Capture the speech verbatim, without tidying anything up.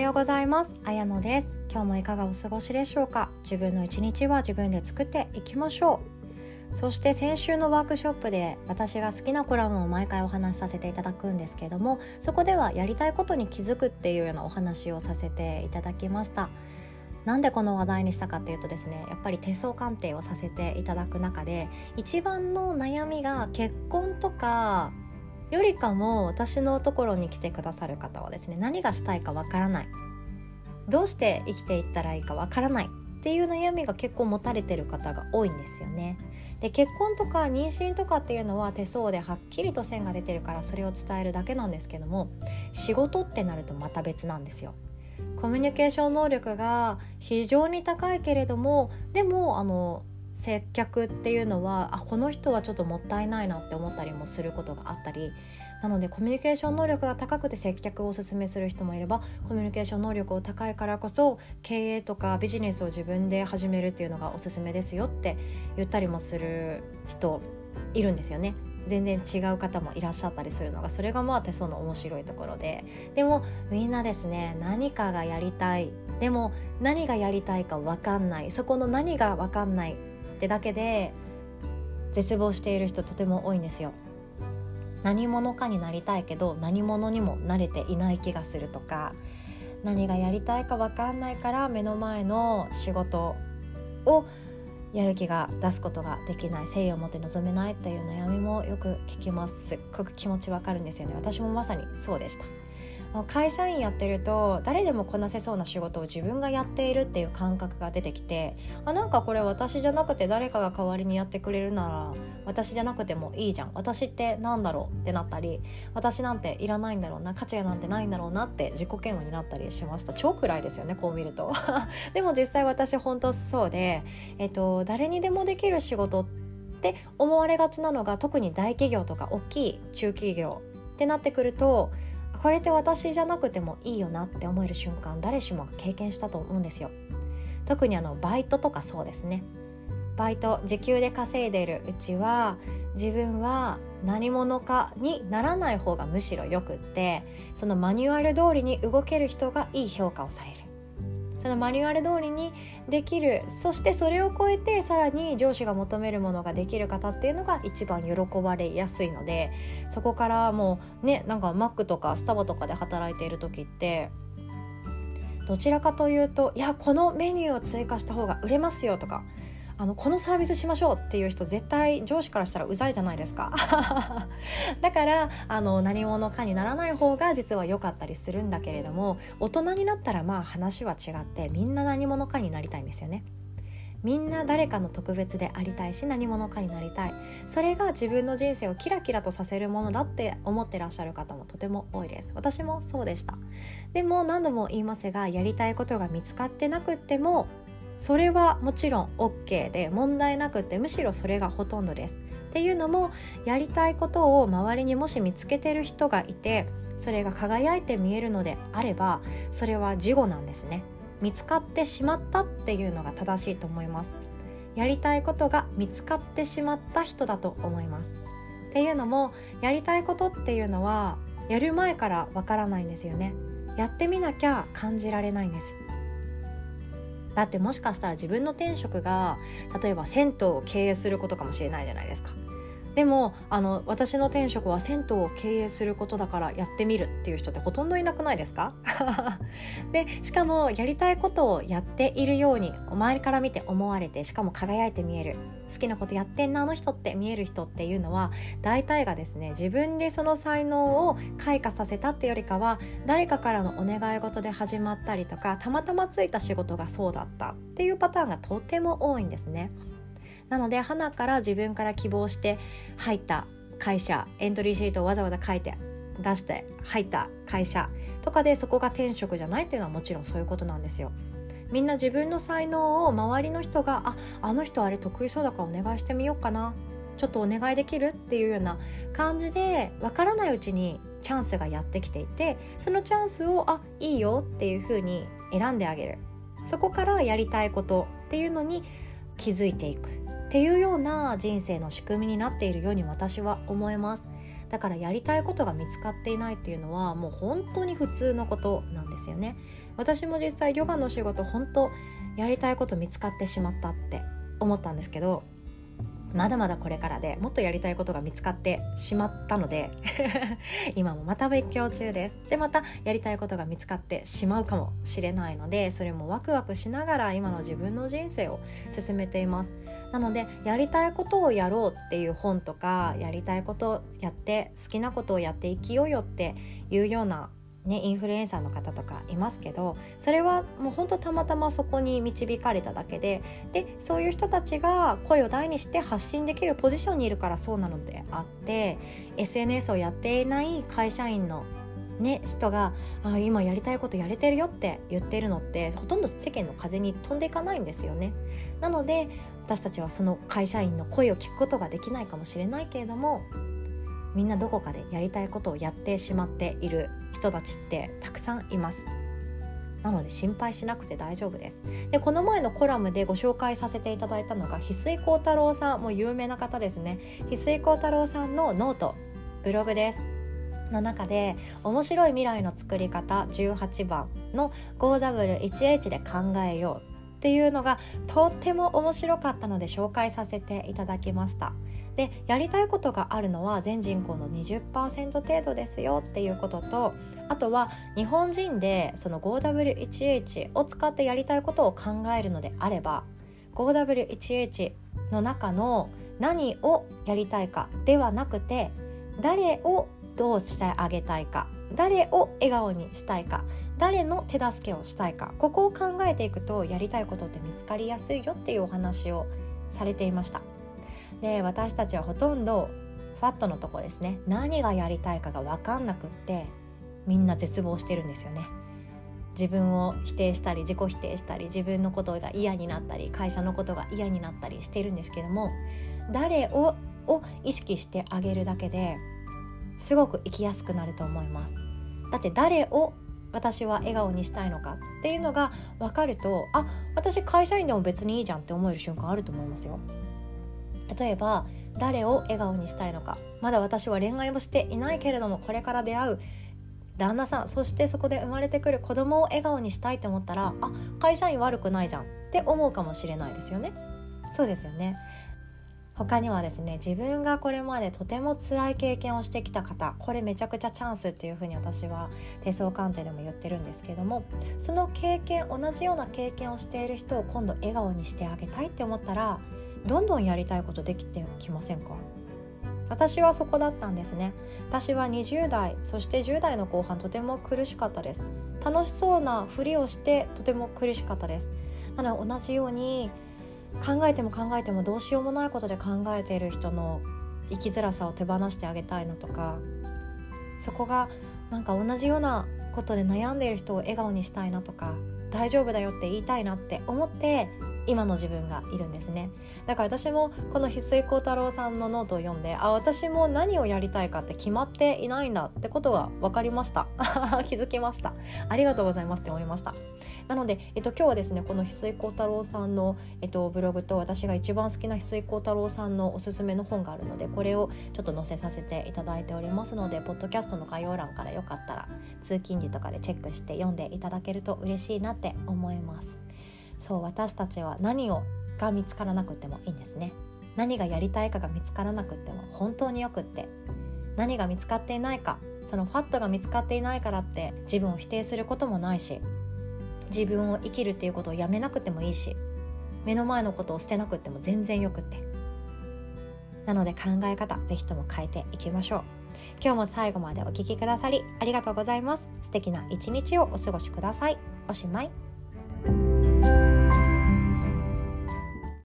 ようございます。あやのです。今日もいかがお過ごしでしょうか。自分の一日は自分で作っていきましょう。そして先週のワークショップで私が好きなコラムを毎回お話しさせていただくんですけれども、そこではやりたいことに気づくっていうようなお話をさせていただきました。なんでこの話題にしたかっていうとですね、やっぱり手相鑑定をさせていただく中で一番の悩みが結婚とかよりかも、私のところに来てくださる方はですね、何がしたいかわからない、どうして生きていったらいいかわからないっていう悩みが結構持たれてる方が多いんですよね。で、結婚とか妊娠とかっていうのは手相ではっきりと線が出てるからそれを伝えるだけなんですけども、仕事ってなるとまた別なんですよ。コミュニケーション能力が非常に高いけれども、でもあの接客っていうのはあこの人はちょっともったいないなって思ったりもすることがあったり、なのでコミュニケーション能力が高くて接客をおすすめする人もいれば、コミュニケーション能力を高いからこそ経営とかビジネスを自分で始めるっていうのがおすすめですよって言ったりもする人いるんですよね。全然違う方もいらっしゃったりするのが、それがまあ手相の面白いところで、でもみんなですね、何かがやりたい、でも何がやりたいか分かんない、そこの何が分かんないってだけで絶望している人とても多いんですよ。何者かになりたいけど何者にもなれていない気がするとか、何がやりたいか分かんないから目の前の仕事をやる気が出すことができない、誠意を持って臨めないっていう悩みもよく聞きます。すっごく気持ちわかるんですよね。私もまさにそうでした。会社員やってると誰でもこなせそうな仕事を自分がやっているっていう感覚が出てきて、あなんかこれ私じゃなくて誰かが代わりにやってくれるなら私じゃなくてもいいじゃん、私ってなんだろうってなったり、私なんていらないんだろうな、価値なんてないんだろうなって自己嫌悪になったりしました。超暗いですよね、こう見るとでも実際私本当そうで、えっと、誰にでもできる仕事って思われがちなのが、特に大企業とか大きい中企業ってなってくると、これって私じゃなくてもいいよなって思える瞬間、誰しもが経験したと思うんですよ。特にあのバイトとかそうですね。バイト時給で稼いでいるうちは自分は何者かにならない方がむしろよくって、そのマニュアル通りに動ける人がいい評価をされる、そのマニュアル通りにできる、そしてそれを超えてさらに上司が求めるものができる方っていうのが一番喜ばれやすいので、そこからもうね、なんかマックとかスタバとかで働いている時ってどちらかというと、いやこのメニューを追加した方が売れますよとか、あのこのサービスしましょうっていう人絶対上司からしたらうざいじゃないですかだからあの何者かにならない方が実は良かったりするんだけれども、大人になったらまあ話は違って、みんな何者かになりたいんですよね。みんな誰かの特別でありたいし、何者かになりたい、それが自分の人生をキラキラとさせるものだって思ってらっしゃる方もとても多いです。私もそうでした。でも何度も言いますが、やりたいことが見つかってなくってもそれはもちろん OK で問題なくって、むしろそれがほとんどです。っていうのも、やりたいことを周りにもし見つけてる人がいて、それが輝いて見えるのであれば、それは事後なんですね。見つかってしまったっていうのが正しいと思います。やりたいことが見つかってしまった人だと思います。っていうのも、やりたいことっていうのはやる前からわからないんですよね。やってみなきゃ感じられないんです。だってもしかしたら自分の転職が例えば銭湯を経営することかもしれないじゃないですか。でもあの私の転職は銭湯を経営することだからやってみるっていう人ってほとんどいなくないですかでしかもやりたいことをやっているように周りから見て思われて、しかも輝いて見える、好きなことやってんなあの人って見える人っていうのは、大体がですね、自分でその才能を開花させたってよりかは、誰かからのお願い事で始まったりとか、たまたまついた仕事がそうだったっていうパターンがとても多いんですね。なので花から自分から希望して入った会社、エントリーシートをわざわざ書いて出して入った会社とかで、そこが転職じゃないっていうのはもちろんそういうことなんですよ。みんな自分の才能を周りの人が、あ、あの人あれ得意そうだからお願いしてみようかな、ちょっとお願いできるっていうような感じで、わからないうちにチャンスがやってきていて、そのチャンスをあいいよっていう風に選んであげる、そこからやりたいことっていうのに気づいていくっていうような人生の仕組みになっているように私は思います。 だからやりたいことが見つかっていないっていうのはもう本当に普通のことなんですよね。私も実際ヨガの仕事本当やりたいこと見つかってしまったって思ったんですけど、まだまだこれからでもっとやりたいことが見つかってしまったので今もまた勉強中です。でまたやりたいことが見つかってしまうかもしれないので、それもワクワクしながら今の自分の人生を進めています。なのでやりたいことをやろうっていう本とか、やりたいことをやって好きなことをやって生きようよっていうようなね、インフルエンサーの方とかいますけど、それはもう本当たまたまそこに導かれただけで、でそういう人たちが声を大にして発信できるポジションにいるからそうなのであって、 エスエヌエス をやっていない会社員の、ね、人があ今やりたいことやれてるよって言ってるのってほとんど世間の風に飛んでいかないんですよね。なので私たちはその会社員の声を聞くことができないかもしれないけれども、みんなどこかでやりたいことをやってしまっている人たちってたくさんいます。なので心配しなくて大丈夫です。でこの前のコラムでご紹介させていただいたのが翡翠幸太郎さん、もう有名な方ですね。翡翠幸太郎さんのノートブログですの中で、面白い未来の作り方じゅうはちばんの ごダブリューいちエイチ で考えようっていうのがとっても面白かったので紹介させていただきました。でやりたいことがあるのは全人口の にじゅっパーセント 程度ですよっていうことと、あとは日本人でその ごダブリューいちエイチ を使ってやりたいことを考えるのであれば ごダブリューいちエイチ の中の何をやりたいかではなくて、誰をどうしてあげたいか、誰を笑顔にしたいか、誰の手助けをしたいか、ここを考えていくとやりたいことって見つかりやすいよっていうお話をされていました。で私たちはほとんどファットのとこですね、何がやりたいかが分かんなくってみんな絶望してるんですよね。自分を否定したり自己否定したり、自分のことが嫌になったり会社のことが嫌になったりしてるんですけども、誰をを意識してあげるだけですごく生きやすくなると思います。だって誰を私は笑顔にしたいのかっていうのが分かると、あ、私会社員でも別にいいじゃんって思える瞬間あると思いますよ。例えば誰を笑顔にしたいのか、まだ私は恋愛もしていないけれどもこれから出会う旦那さん、そしてそこで生まれてくる子供を笑顔にしたいと思ったら、あ、会社員悪くないじゃんって思うかもしれないですよね。そうですよね。他にはですね、自分がこれまでとても辛い経験をしてきた方、これめちゃくちゃチャンスっていうふうに私は手相鑑定でも言ってるんですけども、その経験、同じような経験をしている人を今度笑顔にしてあげたいって思ったら、どんどんやりたいことできてきませんか？私はそこだったんですね。私はにじゅう代、そしてじゅう代の後半とても苦しかったです。楽しそうなふりをしてとても苦しかったです。なので同じように考えても考えてもどうしようもないことで考えている人の生きづらさを手放してあげたいなとか、そこがなんか同じようなことで悩んでいる人を笑顔にしたいなとか、大丈夫だよって言いたいなって思って今の自分がいるんですね。だから私もこの翡翠幸太郎さんのノートを読んで、あ、私も何をやりたいかって決まっていないんだってことが分かりました気づきました。ありがとうございますって思いました。なので、えっと、今日はですね、この翡翠幸太郎さんの、えっと、ブログと私が一番好きな翡翠幸太郎さんのおすすめの本があるので、これをちょっと載せさせていただいておりますので、ポッドキャストの概要欄からよかったら通勤時とかでチェックして読んでいただけると嬉しいなって思います。そう、私たちは何をが見つからなくてもいいんですね。何がやりたいかが見つからなくても本当によくって、何が見つかっていないか、そのファットが見つかっていないからって自分を否定することもないし、自分を生きるっていうことをやめなくてもいいし、目の前のことを捨てなくても全然よくって。なので考え方ぜひとも変えていきましょう。今日も最後までお聞きくださりありがとうございます。素敵な一日をお過ごしください。おしまい。